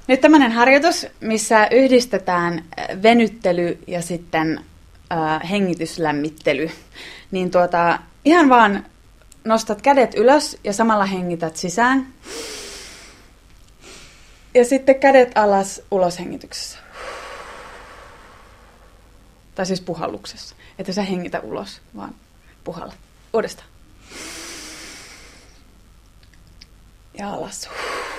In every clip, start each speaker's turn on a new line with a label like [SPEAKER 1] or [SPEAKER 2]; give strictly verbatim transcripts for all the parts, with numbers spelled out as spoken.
[SPEAKER 1] Nyt tämmöinen harjoitus, missä yhdistetään venyttely ja sitten äh, hengityslämmittely. Niin tuota, ihan vaan nostat kädet ylös ja samalla hengität sisään. Ja sitten kädet alas uloshengityksessä. Tai siis puhalluksessa. Että sä hengitä ulos, vaan puhalla. Uudestaan. Ja alas.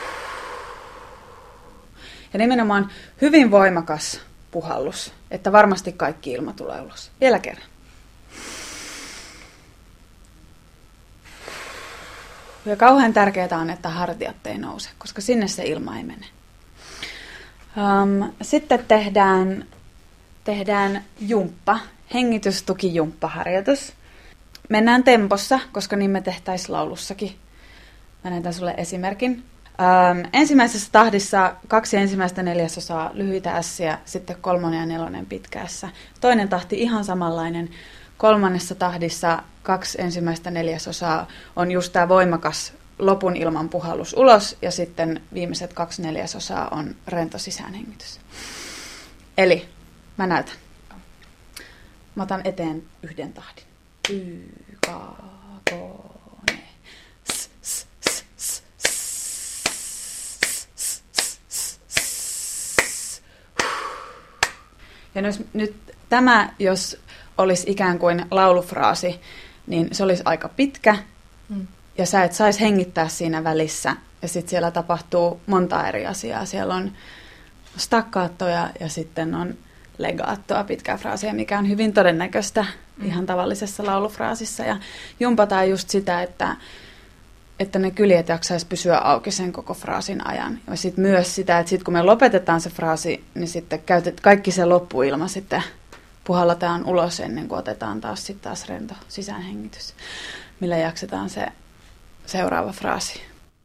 [SPEAKER 1] Ja nimenomaan hyvin voimakas puhallus, että varmasti kaikki ilma tulee ulos. Vielä kerran. Ja kauhean tärkeää on, että hartiat ei nouse, koska sinne se ilma ei mene. Um, sitten tehdään, tehdään jumppa, hengitystukijumppaharjoitus. Mennään tempossa, koska niin me tehtäisiin laulussakin. Mä näytän sulle esimerkin. Um, ensimmäisessä tahdissa kaksi ensimmäistä neljäsosaa lyhyitä ässiä, sitten kolmonen ja nelonen pitkässä. Toinen tahti ihan samanlainen. Kolmannessa tahdissa kaksi ensimmäistä neljäsosaa on just tämä voimakas lopun ilman puhallus ulos, ja sitten viimeiset kaksi neljäsosaa on rento sisäänhengitys. Eli mä näytän. Mä otan eteen yhden tahdin. Y, ka, ko, ne. S, s, s, s, s. Ja nyt, nyt tämä, jos olisi ikään kuin laulufraasi, niin se olisi aika pitkä, mm. ja sä et saisi hengittää siinä välissä. Ja sitten siellä tapahtuu monta eri asiaa. Siellä on stakkaattoja ja sitten on legaattoa, pitkää fraasia, mikä on hyvin todennäköistä mm. ihan tavallisessa laulufraasissa. Ja jumpataan just sitä, että, että ne kyljet jaksaisi pysyä auki sen koko fraasin ajan. Ja sitten myös sitä, että sit kun me lopetetaan se fraasi, niin sitten käytet kaikki se loppuilma sitten puhallataan ulos ennen kuin otetaan taas sitten taas rento sisäänhengitys, millä jaksetaan se seuraava fraasi.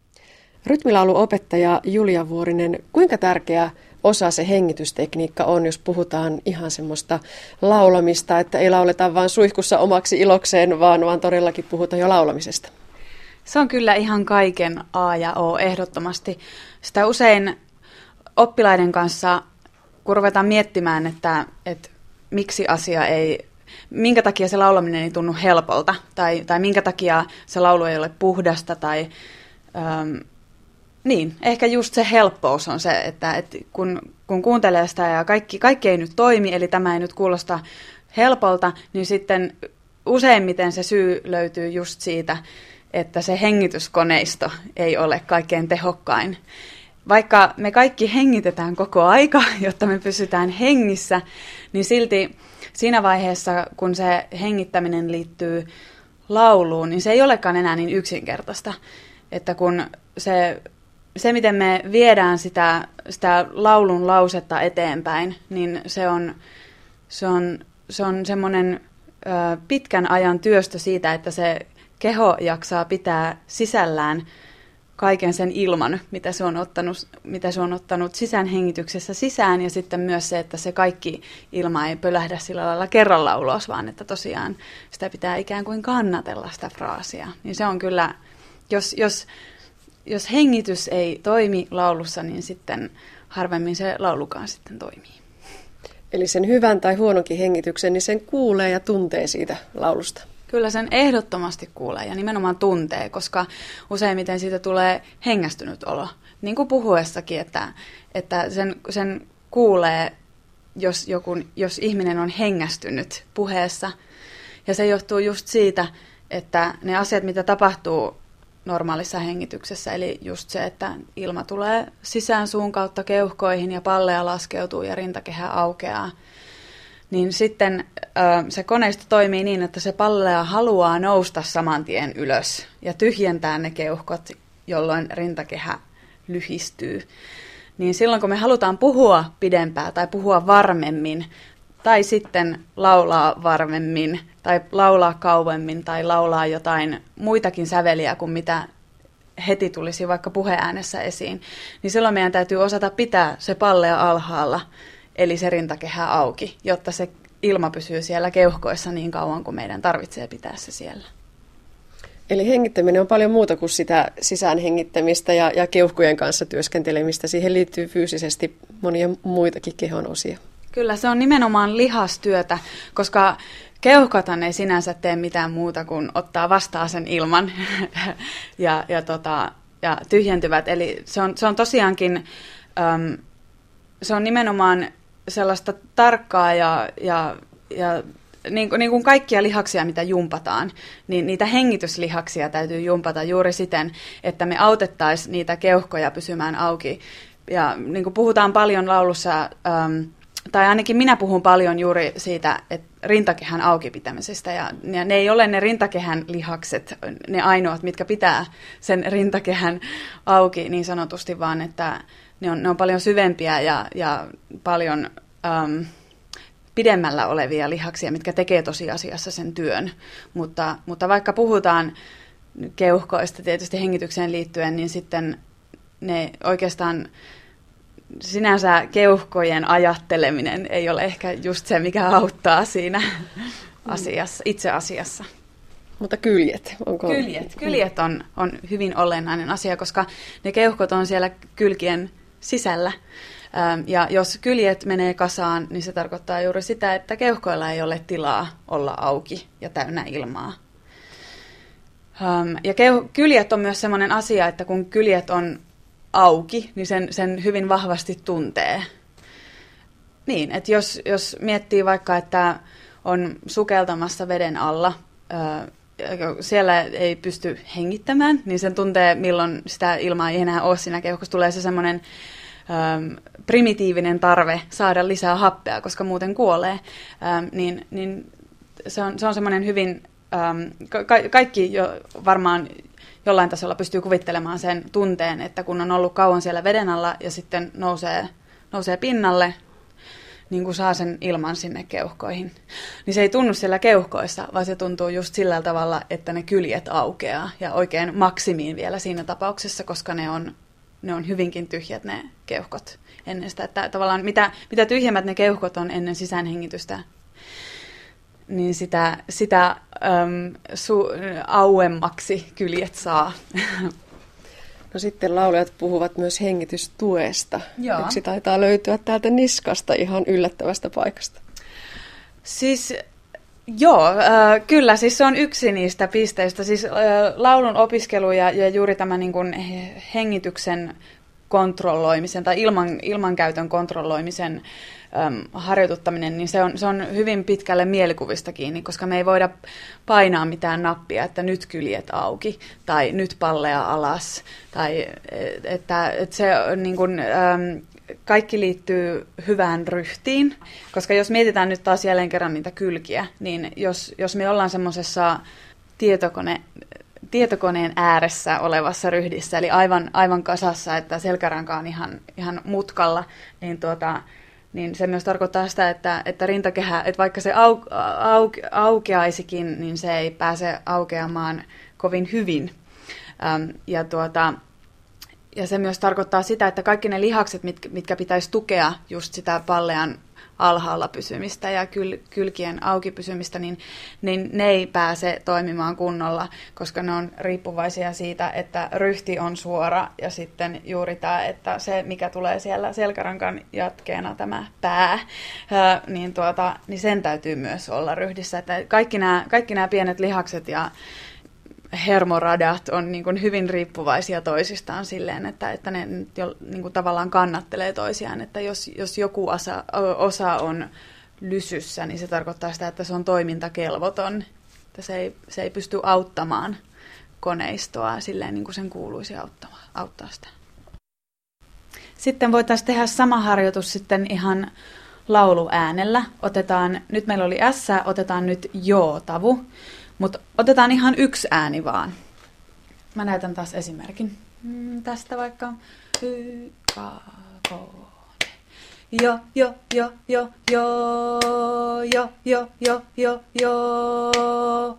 [SPEAKER 2] Rytmilauluopettaja Julia Vuorinen, kuinka tärkeä osa se hengitystekniikka on, jos puhutaan ihan semmoista laulamista, että ei lauleta vaan suihkussa omaksi ilokseen, vaan, vaan todellakin puhutaan jo laulamisesta?
[SPEAKER 1] Se on kyllä ihan kaiken A ja O ehdottomasti. Sitä usein oppilaiden kanssa, kun ruvetaan miettimään, että, että miksi asia ei, minkä takia se laulaminen ei tunnu helpolta, tai, tai minkä takia se laulu ei ole puhdasta, tai ähm, niin, ehkä just se helppous on se, että, että kun, kun kuuntelee sitä ja kaikki, kaikki ei nyt toimi, eli tämä ei nyt kuulosta helpolta, niin sitten useimmiten se syy löytyy just siitä, että se hengityskoneisto ei ole kaikkein tehokkain. Vaikka me kaikki hengitetään koko aika, jotta me pysytään hengissä, niin silti siinä vaiheessa, kun se hengittäminen liittyy lauluun, niin se ei olekaan enää niin yksinkertaista. Että kun se, se miten me viedään sitä, sitä laulun lausetta eteenpäin, niin se on, se on, se on semmoinen ö, pitkän ajan työstö siitä, että se keho jaksaa pitää sisällään kaiken sen ilman, mitä se on ottanut, mitä se on ottanut sisäänhengityksessä sisään, ja sitten myös se, että se kaikki ilma ei pölähdä sillä lailla kerralla ulos, vaan että tosiaan sitä pitää ikään kuin kannatella sitä fraasia. Niin se on kyllä, jos, jos, jos hengitys ei toimi laulussa, niin sitten harvemmin se laulukaan sitten toimii.
[SPEAKER 2] Eli sen hyvän tai huononkin hengityksen, niin sen kuulee ja tuntee siitä laulusta.
[SPEAKER 1] Kyllä sen ehdottomasti kuulee ja nimenomaan tuntee, koska useimmiten siitä tulee hengästynyt olo. Niin kuin puhuessakin, että, että sen, sen kuulee, jos, joku, jos ihminen on hengästynyt puheessa. Ja se johtuu just siitä, että ne asiat, mitä tapahtuu normaalissa hengityksessä, eli just se, että ilma tulee sisään suun kautta keuhkoihin ja pallea laskeutuu ja rintakehä aukeaa, niin sitten ö, se koneisto toimii niin, että se pallea haluaa nousta saman tien ylös ja tyhjentää ne keuhkot, jolloin rintakehä lyhistyy. Niin silloin, kun me halutaan puhua pidempään tai puhua varmemmin, tai sitten laulaa varmemmin, tai laulaa kauemmin, tai laulaa jotain muitakin säveliä kuin mitä heti tulisi vaikka puheäänessä esiin, niin silloin meidän täytyy osata pitää se pallea alhaalla, eli se rintakehä auki, jotta se ilma pysyy siellä keuhkoissa niin kauan kuin meidän tarvitsee pitää se siellä.
[SPEAKER 2] Eli hengittäminen on paljon muuta kuin sitä sisäänhengittämistä ja, ja keuhkojen kanssa työskentelemistä. Siihen liittyy fyysisesti monia muitakin kehon osia.
[SPEAKER 1] Kyllä, se on nimenomaan lihastyötä, koska keuhkothan ei sinänsä tee mitään muuta kuin ottaa vastaan sen ilman ja, ja, tota, ja tyhjentyvät. Eli se on, se on tosiaankin, äm, se on nimenomaan sellaista tarkkaa ja, ja, ja niin, niin kuin kaikkia lihaksia, mitä jumpataan, niin niitä hengityslihaksia täytyy jumpata juuri siten, että me autettaisiin niitä keuhkoja pysymään auki. Ja niin kuin puhutaan paljon laulussa, äm, tai ainakin minä puhun paljon juuri siitä, että rintakehän auki pitämisestä. Ja, ja ne ei ole ne rintakehän lihakset, ne ainoat, mitkä pitää sen rintakehän auki niin sanotusti, vaan että ne on, ne on paljon syvempiä ja, ja paljon äm, pidemmällä olevia lihaksia, mitkä tekee tosiasiassa sen työn. Mutta, mutta vaikka puhutaan keuhkoista tietysti hengitykseen liittyen, niin sitten ne oikeastaan sinänsä keuhkojen ajatteleminen ei ole ehkä just se, mikä auttaa siinä asiassa, itse asiassa.
[SPEAKER 2] Mutta kyljet, onko?
[SPEAKER 1] Kyljet, kyljet on, on hyvin olennainen asia, koska ne keuhkot on siellä kylkien sisällä. Ja jos kyljet menee kasaan, niin se tarkoittaa juuri sitä, että keuhkoilla ei ole tilaa olla auki ja täynnä ilmaa. Ja kyljet on myös sellainen asia, että kun kyljet on auki, niin sen, sen hyvin vahvasti tuntee. Niin, että jos, jos miettii vaikka, että on sukeltamassa veden alla, siellä ei pysty hengittämään, niin sen tuntee, milloin sitä ilmaa ei enää ole siinä keuhkossa. Tulee se semmoinen äm, primitiivinen tarve saada lisää happea, koska muuten kuolee. Äm, niin, niin se on, se on semmoinen hyvin, äm, ka- kaikki jo varmaan jollain tasolla pystyy kuvittelemaan sen tunteen, että kun on ollut kauan siellä veden alla ja sitten nousee, nousee pinnalle, niin kuin saa sen ilman sinne keuhkoihin. Niin se ei tunnu siellä keuhkoissa, vaan se tuntuu just sillä tavalla, että ne kyljet aukeaa ja oikein maksimiin vielä siinä tapauksessa, koska ne on, ne on hyvinkin tyhjät ne keuhkot ennen sitä. Että tavallaan mitä, mitä tyhjemmät ne keuhkot on ennen sisäänhengitystä, niin sitä, sitä äm, su, auemmaksi kyljet saa.
[SPEAKER 2] No sitten laulajat puhuvat myös hengitystuesta.
[SPEAKER 1] Joo.
[SPEAKER 2] Yksi taitaa löytyä täältä niskasta ihan yllättävästä paikasta.
[SPEAKER 1] Siis joo, äh, kyllä, siis se on yksi niistä pisteistä. Siis äh, laulun opiskelu ja, ja juuri tämä niin kuin hengityksen kontrolloimisen tai ilman, ilmankäytön kontrolloimisen äm, harjoituttaminen, niin se on, se on hyvin pitkälle mielikuvista kiinni, koska me ei voida painaa mitään nappia, että nyt kyljet auki tai nyt pallea alas. Tai että, että se niin kuin, äm, kaikki liittyy hyvään ryhtiin, koska jos mietitään nyt taas jälleen kerran niitä kylkiä, niin jos, jos me ollaan semmoisessa tietokone tietokoneen ääressä olevassa ryhdissä, eli aivan, aivan kasassa, että selkäranka on ihan, ihan mutkalla, niin, tuota, niin se myös tarkoittaa sitä, että, että rintakehä, että vaikka se au, au, aukeaisikin, niin se ei pääse aukeamaan kovin hyvin. Ähm, ja, tuota, ja se myös tarkoittaa sitä, että kaikki ne lihakset, mitkä, mitkä pitäisi tukea just sitä pallean alhaalla pysymistä ja kyl, kylkien auki pysymistä, niin, niin ne ei pääse toimimaan kunnolla, koska ne on riippuvaisia siitä, että ryhti on suora ja sitten juuri tämä, että se mikä tulee siellä selkärankan jatkeena, tämä pää, ää, niin, tuota, niin sen täytyy myös olla ryhdissä. Että kaikki nämä, kaikki nämä pienet lihakset ja hermoradat on niin kuin hyvin riippuvaisia toisistaan silleen, että, että ne jo, niin kuin tavallaan kannattelee toisiaan. Että jos, jos joku osa, osa on lysyssä, niin se tarkoittaa sitä, että se on toimintakelvoton. Että se ei, se ei pysty auttamaan koneistoa silleen, niin kuin sen kuuluisi auttaa, auttaa sitä. Sitten voitaisiin tehdä sama harjoitus sitten ihan lauluäänellä. Otetaan, nyt meillä oli S, otetaan nyt joo-tavu. Mutta otetaan ihan yksi ääni vaan. Mä näytän taas esimerkin. Mm, tästä vaikka. Y, ka, ko, jo, jo, jo, jo, jo, jo, jo, jo, jo, jo.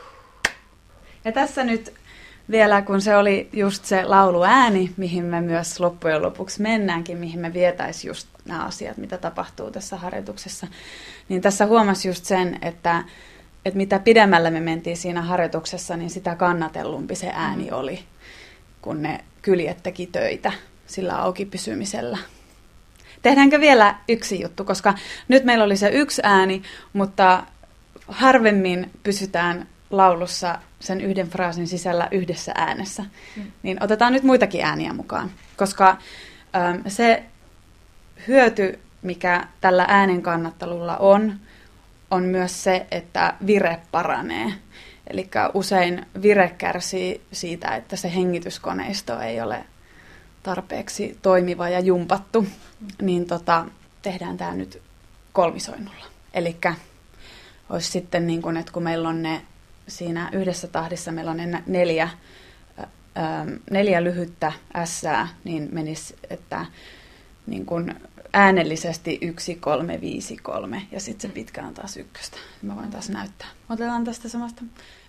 [SPEAKER 1] Ja tässä nyt vielä, kun se oli just se lauluääni, mihin me myös loppujen lopuksi mennäänkin, mihin me vietäisiin just nämä asiat, mitä tapahtuu tässä harjoituksessa, niin tässä huomasi just sen, että että mitä pidemmälle me mentiin siinä harjoituksessa, niin sitä kannatellumpi se ääni mm. oli, kun ne kyljet teki töitä sillä auki pysymisellä. Tehdäänkö vielä yksi juttu, koska nyt meillä oli se yksi ääni, mutta harvemmin pysytään laulussa sen yhden fraasin sisällä yhdessä äänessä. Mm. Niin otetaan nyt muitakin ääniä mukaan, koska äm, se hyöty, mikä tällä äänen kannattelulla on, on myös se, että vire paranee. Eli usein vire kärsii siitä, että se hengityskoneisto ei ole tarpeeksi toimiva ja jumpattu. Mm. Niin tota, tehdään tämä nyt kolmisoinnulla. Eli olisi sitten niin kuin, että kun meillä on ne siinä yhdessä tahdissa, meillä on ne neljä, ää, neljä lyhyttä ässää, niin menisi, että niin kuin äänellisesti yksi, kolme, viisi, kolme, ja sitten se pitkä on taas ykköstä. Mä voin taas näyttää. Otetaan tästä samasta.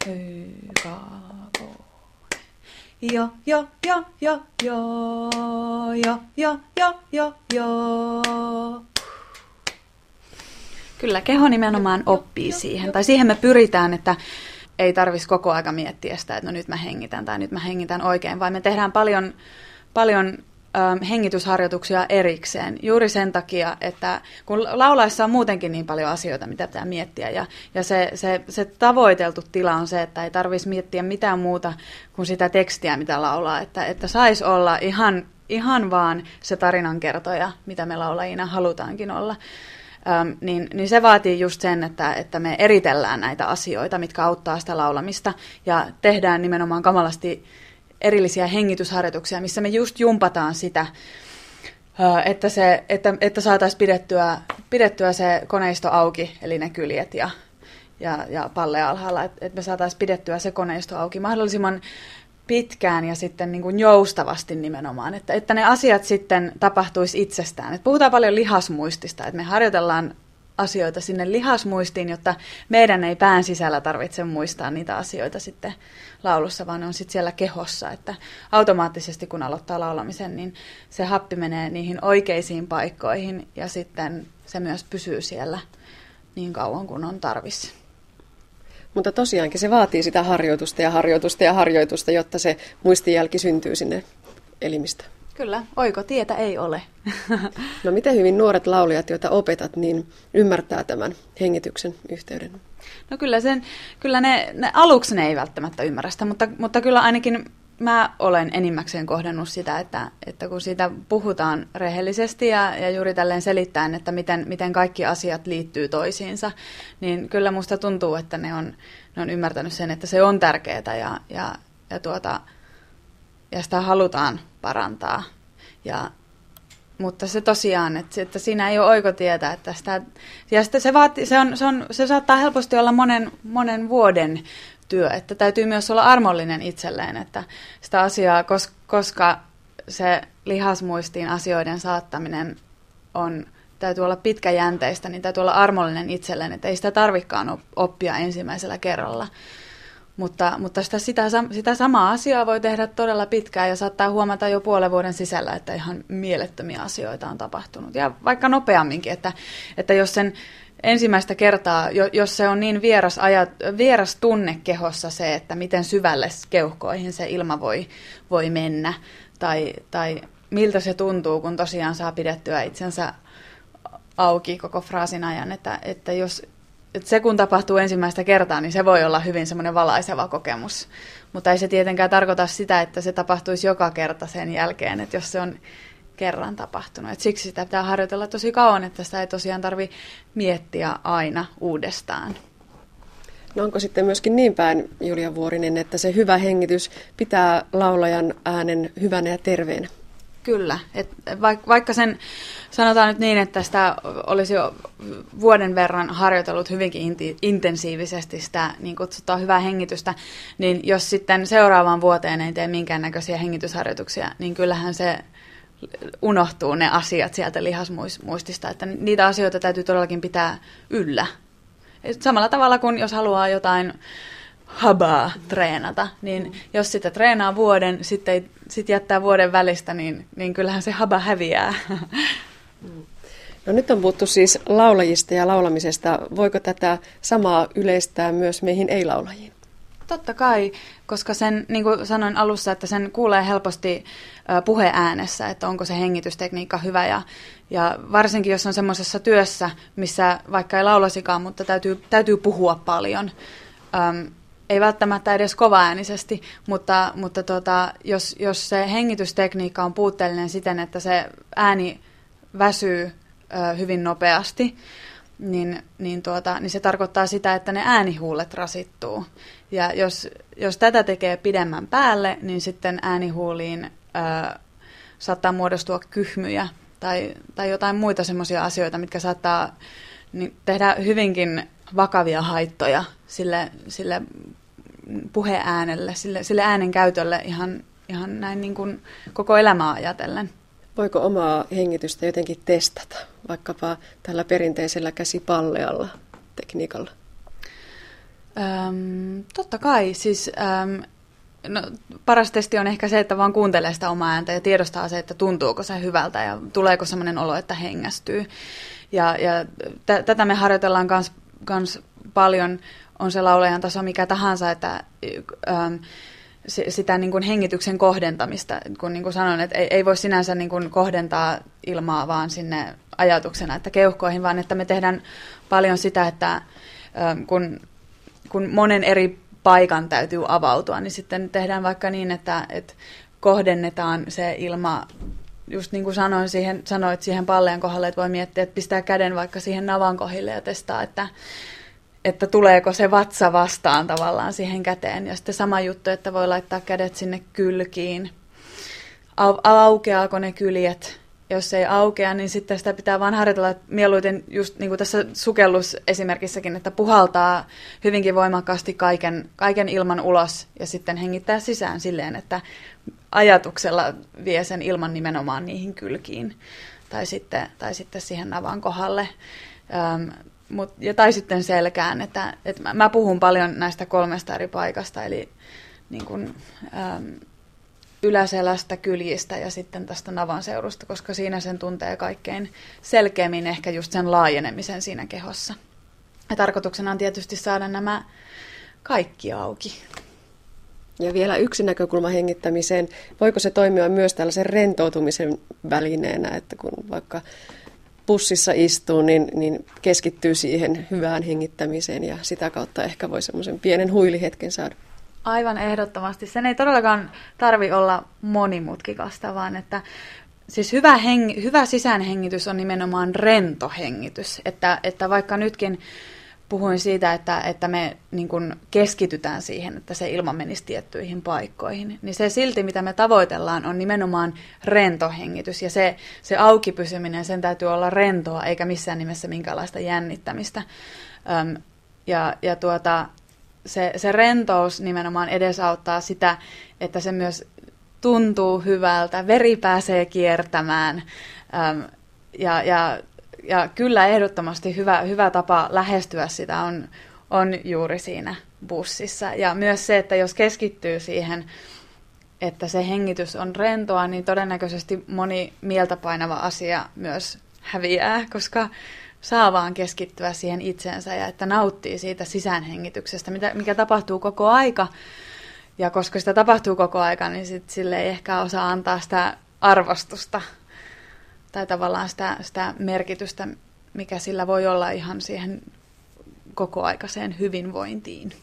[SPEAKER 1] Jo, jo, jo, jo, jo, jo, jo, jo, jo, jo. Kyllä, keho nimenomaan oppii siihen, tai siihen me pyritään, että ei tarvitsisi koko aika miettiä sitä, että no nyt mä hengitän tai nyt mä hengitän oikein, vaan me tehdään paljon, paljon hengitysharjoituksia erikseen juuri sen takia, että kun laulaessa on muutenkin niin paljon asioita, mitä pitää miettiä ja, ja se, se, se tavoiteltu tila on se, että ei tarvitsisi miettiä mitään muuta kuin sitä tekstiä, mitä laulaa, että, että saisi olla ihan, ihan vaan se tarinankertoja, mitä me laulajina halutaankin olla. Öm, niin, niin se vaatii just sen, että, että me eritellään näitä asioita, mitkä auttaa sitä laulamista ja tehdään nimenomaan kamalasti erillisiä hengitysharjoituksia, missä me just jumpataan sitä, että, se, että, että saataisiin pidettyä, pidettyä se koneisto auki, eli ne kyljet ja, ja, ja palle alhaalla, että, että me saataisiin pidettyä se koneisto auki mahdollisimman pitkään ja sitten niin kuin joustavasti nimenomaan, että, että ne asiat sitten tapahtuisi itsestään. Et puhutaan paljon lihasmuistista, että me harjoitellaan asioita sinne lihasmuistiin, jotta meidän ei pään sisällä tarvitse muistaa niitä asioita sitten laulussa, vaan ne on sitten siellä kehossa, että automaattisesti kun aloittaa laulamisen, niin se happi menee niihin oikeisiin paikkoihin ja sitten se myös pysyy siellä niin kauan kuin on tarvis.
[SPEAKER 2] Mutta tosiaankin se vaatii sitä harjoitusta ja harjoitusta ja harjoitusta, jotta se muistijälki syntyy sinne elimistä.
[SPEAKER 1] Kyllä, oikotietä ei ole.
[SPEAKER 2] No miten hyvin nuoret laulijat, joita opetat, niin ymmärtää tämän hengityksen yhteyden?
[SPEAKER 1] No kyllä, sen, kyllä ne, ne aluksi ne ei välttämättä ymmärrä sitä, mutta, mutta kyllä ainakin mä olen enimmäkseen kohdannut sitä, että, että kun siitä puhutaan rehellisesti ja, ja juuri tälleen selittäen, että miten, miten kaikki asiat liittyy toisiinsa, niin kyllä musta tuntuu, että ne on, ne on ymmärtänyt sen, että se on tärkeää ja, ja, ja, tuota, ja sitä halutaan parantaa. Ja, mutta se tosiaan, että, että siinä ei ole oikotietä, että sitä, ja sitä se, vaati, se, on, se, on, se saattaa helposti olla monen, monen vuoden työ, että täytyy myös olla armollinen itselleen, että sitä asiaa, koska se lihasmuistiin asioiden saattaminen on, täytyy olla pitkäjänteistä, niin täytyy olla armollinen itselleen, että ei sitä tarvikaan oppia ensimmäisellä kerralla. Mutta, mutta sitä, sitä, sitä samaa asiaa voi tehdä todella pitkään ja saattaa huomata jo puolen vuoden sisällä, että ihan mielettömiä asioita on tapahtunut. Ja vaikka nopeamminkin, että, että jos sen ensimmäistä kertaa, jos se on niin vieras, ajat, vieras tunne kehossa se, että miten syvälle keuhkoihin se ilma voi, voi mennä, tai, tai miltä se tuntuu, kun tosiaan saa pidettyä itsensä auki koko fraasin ajan, että, että jos että se kun tapahtuu ensimmäistä kertaa, niin se voi olla hyvin semmoinen valaiseva kokemus, mutta ei se tietenkään tarkoita sitä, että se tapahtuisi joka kerta sen jälkeen, että jos se on kerran tapahtunut. Et siksi sitä pitää harjoitella tosi kauan, että sitä ei tosiaan tarvitse miettiä aina uudestaan.
[SPEAKER 2] No onko sitten myöskin niin päin, Julia Vuorinen, että se hyvä hengitys pitää laulajan äänen hyvänä ja terveenä?
[SPEAKER 1] Kyllä. Et vaikka sen sanotaan nyt niin, että sitä olisi jo vuoden verran harjoitellut hyvinkin intensiivisesti sitä niin kutsutaan hyvää hengitystä, niin jos sitten seuraavaan vuoteen ei tee minkäännäköisiä hengitysharjoituksia, niin kyllähän se unohtuu ne asiat sieltä lihasmuistista, että niitä asioita täytyy todellakin pitää yllä. Samalla tavalla kuin jos haluaa jotain habaa treenata, niin jos sitä treenaa vuoden, sitten sit jättää vuoden välistä, niin, niin kyllähän se haba häviää.
[SPEAKER 2] No nyt on puhuttu siis laulajista ja laulamisesta. Voiko tätä samaa yleistää myös meihin ei-laulajiin?
[SPEAKER 1] Totta kai, koska sen, niin kuin sanoin alussa, että sen kuulee helposti puheäänessä, että onko se hengitystekniikka hyvä. Ja, ja varsinkin, jos on semmoisessa työssä, missä vaikka ei laulasikaan, mutta täytyy, täytyy puhua paljon. Öm, ei välttämättä edes kovaäänisesti, mutta, mutta tota, jos, jos se hengitystekniikka on puutteellinen siten, että se ääni väsyy ö, hyvin nopeasti, niin, niin, tuota, niin se tarkoittaa sitä, että ne äänihuulet rasittuu. Ja jos, jos tätä tekee pidemmän päälle, niin sitten äänihuuliin ö, saattaa muodostua kyhmyjä tai, tai jotain muita semmoisia asioita, mitkä saattaa niin, tehdä hyvinkin vakavia haittoja sille, sille puheäänelle, sille, sille äänen käytölle ihan, ihan näin niin kuin koko elämää ajatellen.
[SPEAKER 2] Voiko omaa hengitystä jotenkin testata, vaikkapa tällä perinteisellä käsipallealla tekniikalla?
[SPEAKER 1] Öm, totta kai. Siis, öm, no, paras testi on ehkä se, että vaan kuuntelee sitä omaa ääntä ja tiedostaa se, että tuntuuko se hyvältä ja tuleeko sellainen olo, että hengästyy. Ja, ja t- tätä me harjoitellaan kans, kans paljon, on se laulajan taso mikä tahansa, että öm, sitä niin kuin hengityksen kohdentamista, kun niin kuin sanoin, että ei, ei voi sinänsä niin kuin kohdentaa ilmaa vaan sinne ajatuksena, että keuhkoihin, vaan että me tehdään paljon sitä, että kun, kun monen eri paikan täytyy avautua, niin sitten tehdään vaikka niin, että, että kohdennetaan se ilma, just niin kuin sanoin siihen, sanoit siihen palleen kohdalle, että voi miettiä, että pistää käden vaikka siihen navan kohdille ja testaa, että että tuleeko se vatsa vastaan tavallaan siihen käteen. Ja sitten sama juttu, että voi laittaa kädet sinne kylkiin. Au- aukeaako ne kyljet? Jos ei aukea, niin sitten sitä pitää vaan harjoitella mieluiten just niin kuin tässä sukellusesimerkissäkin, että puhaltaa hyvinkin voimakkaasti kaiken, kaiken ilman ulos ja sitten hengittää sisään silleen, että ajatuksella vie sen ilman nimenomaan niihin kylkiin tai sitten, tai sitten siihen navan kohdalle. Öm, Mut, ja tai sitten selkään, että, että mä, mä puhun paljon näistä kolmesta eri paikasta, eli niin kun, äm, yläselästä, kyljistä ja sitten tästä navan seurusta, koska siinä sen tuntee kaikkein selkeämmin ehkä just sen laajenemisen siinä kehossa. Ja tarkoituksena on tietysti saada nämä kaikki auki.
[SPEAKER 2] Ja vielä yksi näkökulma hengittämiseen. Voiko se toimia myös tällaisen rentoutumisen välineenä, että kun vaikka bussissa istuu, niin, niin keskittyy siihen hyvään hengittämiseen ja sitä kautta ehkä voi semmoisen pienen huilihetken saada.
[SPEAKER 1] Aivan ehdottomasti. Sen ei todellakaan tarvi olla monimutkikasta, vaan että siis hyvä, heng, hyvä sisäänhengitys on nimenomaan rento hengitys. Että, että vaikka nytkin puhuin siitä, että, että me niin kuin keskitytään siihen, että se ilma menisi tiettyihin paikkoihin, niin se silti, mitä me tavoitellaan, on nimenomaan rentohengitys. Ja se, se auki pysyminen, sen täytyy olla rentoa, eikä missään nimessä minkäänlaista jännittämistä. Öm, ja ja tuota, se, se rentous nimenomaan edesauttaa sitä, että se myös tuntuu hyvältä, veri pääsee kiertämään öm, ja, ja Ja kyllä ehdottomasti hyvä, hyvä tapa lähestyä sitä on, on juuri siinä bussissa. Ja myös se, että jos keskittyy siihen, että se hengitys on rentoa, niin todennäköisesti moni mieltä painava asia myös häviää, koska saa vaan keskittyä siihen itseensä ja että nauttii siitä sisäänhengityksestä, mikä tapahtuu koko aika. Ja koska sitä tapahtuu koko aika, niin sit sille ei ehkä osaa antaa sitä arvostusta tai tavallaan sitä, sitä merkitystä, mikä sillä voi olla ihan siihen kokoaikaiseen hyvinvointiin.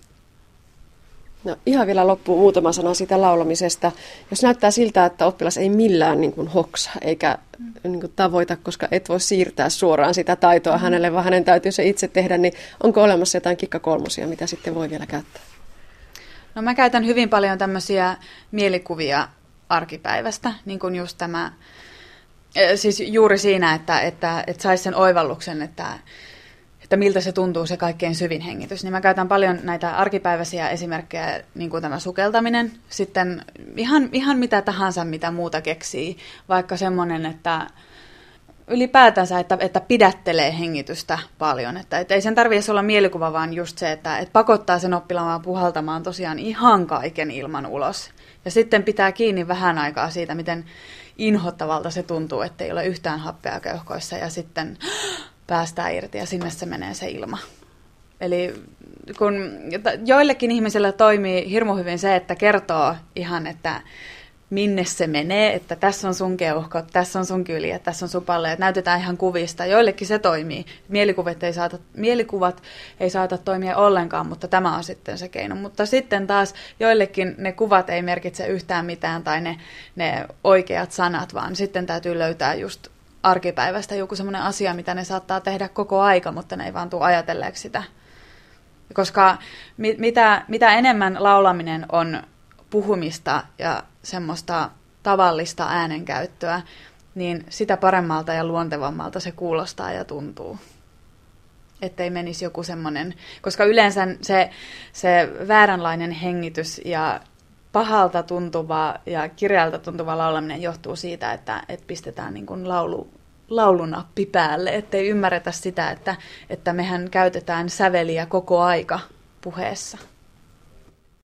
[SPEAKER 2] No, ihan vielä loppuun muutama sana siitä laulamisesta. Jos näyttää siltä, että oppilas ei millään niin kuin hoksa eikä niin kuin tavoita, koska et voi siirtää suoraan sitä taitoa mm. hänelle, vaan hänen täytyy se itse tehdä, niin onko olemassa jotain kikkakolmosia, mitä sitten voi vielä käyttää?
[SPEAKER 1] No mä käytän hyvin paljon tämmöisiä mielikuvia arkipäivästä, niin kuin just tämä, siis juuri siinä, että, että, että saisi sen oivalluksen, että, että miltä se tuntuu se kaikkein syvin hengitys. Niin mä käytän paljon näitä arkipäiväisiä esimerkkejä, niin kuin tämä sukeltaminen, sitten ihan, ihan mitä tahansa, mitä muuta keksii, vaikka semmoinen, että ylipäätänsä, että, että pidättelee hengitystä paljon. Että, että ei sen tarvitse olla mielikuva, vaan just se, että, että pakottaa sen oppilaan puhaltamaan tosiaan ihan kaiken ilman ulos. Ja sitten pitää kiinni vähän aikaa siitä, miten inhottavalta se tuntuu, että ei ole yhtään happea keuhkoissa ja sitten päästään irti ja sinne se menee se ilma. Eli kun joillekin ihmisillä toimii hirmu hyvin se, että kertoo ihan, että minne se menee, että tässä on sun keuhkot, tässä on sun kyljet, tässä on sun palleet, näytetään ihan kuvista. Joillekin se toimii. Mielikuvat ei saata, mielikuvat ei saata toimia ollenkaan, mutta tämä on sitten se keino. Mutta sitten taas joillekin ne kuvat ei merkitse yhtään mitään tai ne, ne oikeat sanat, vaan sitten täytyy löytää just arkipäivästä joku semmoinen asia, mitä ne saattaa tehdä koko aika, mutta ne ei vaan tule ajatelleeksi sitä. Koska mit, mitä, mitä enemmän laulaminen on puhumista ja semmoista tavallista äänenkäyttöä, niin sitä paremmalta ja luontevammalta se kuulostaa ja tuntuu. Ettei menisi joku semmoinen, koska yleensä se, se vääränlainen hengitys ja pahalta tuntuva ja kireältä tuntuva laulaminen johtuu siitä, että, että pistetään niin kuin laulu, laulunappi päälle, ettei ymmärretä sitä, että, että mehän käytetään säveliä koko aika puheessa.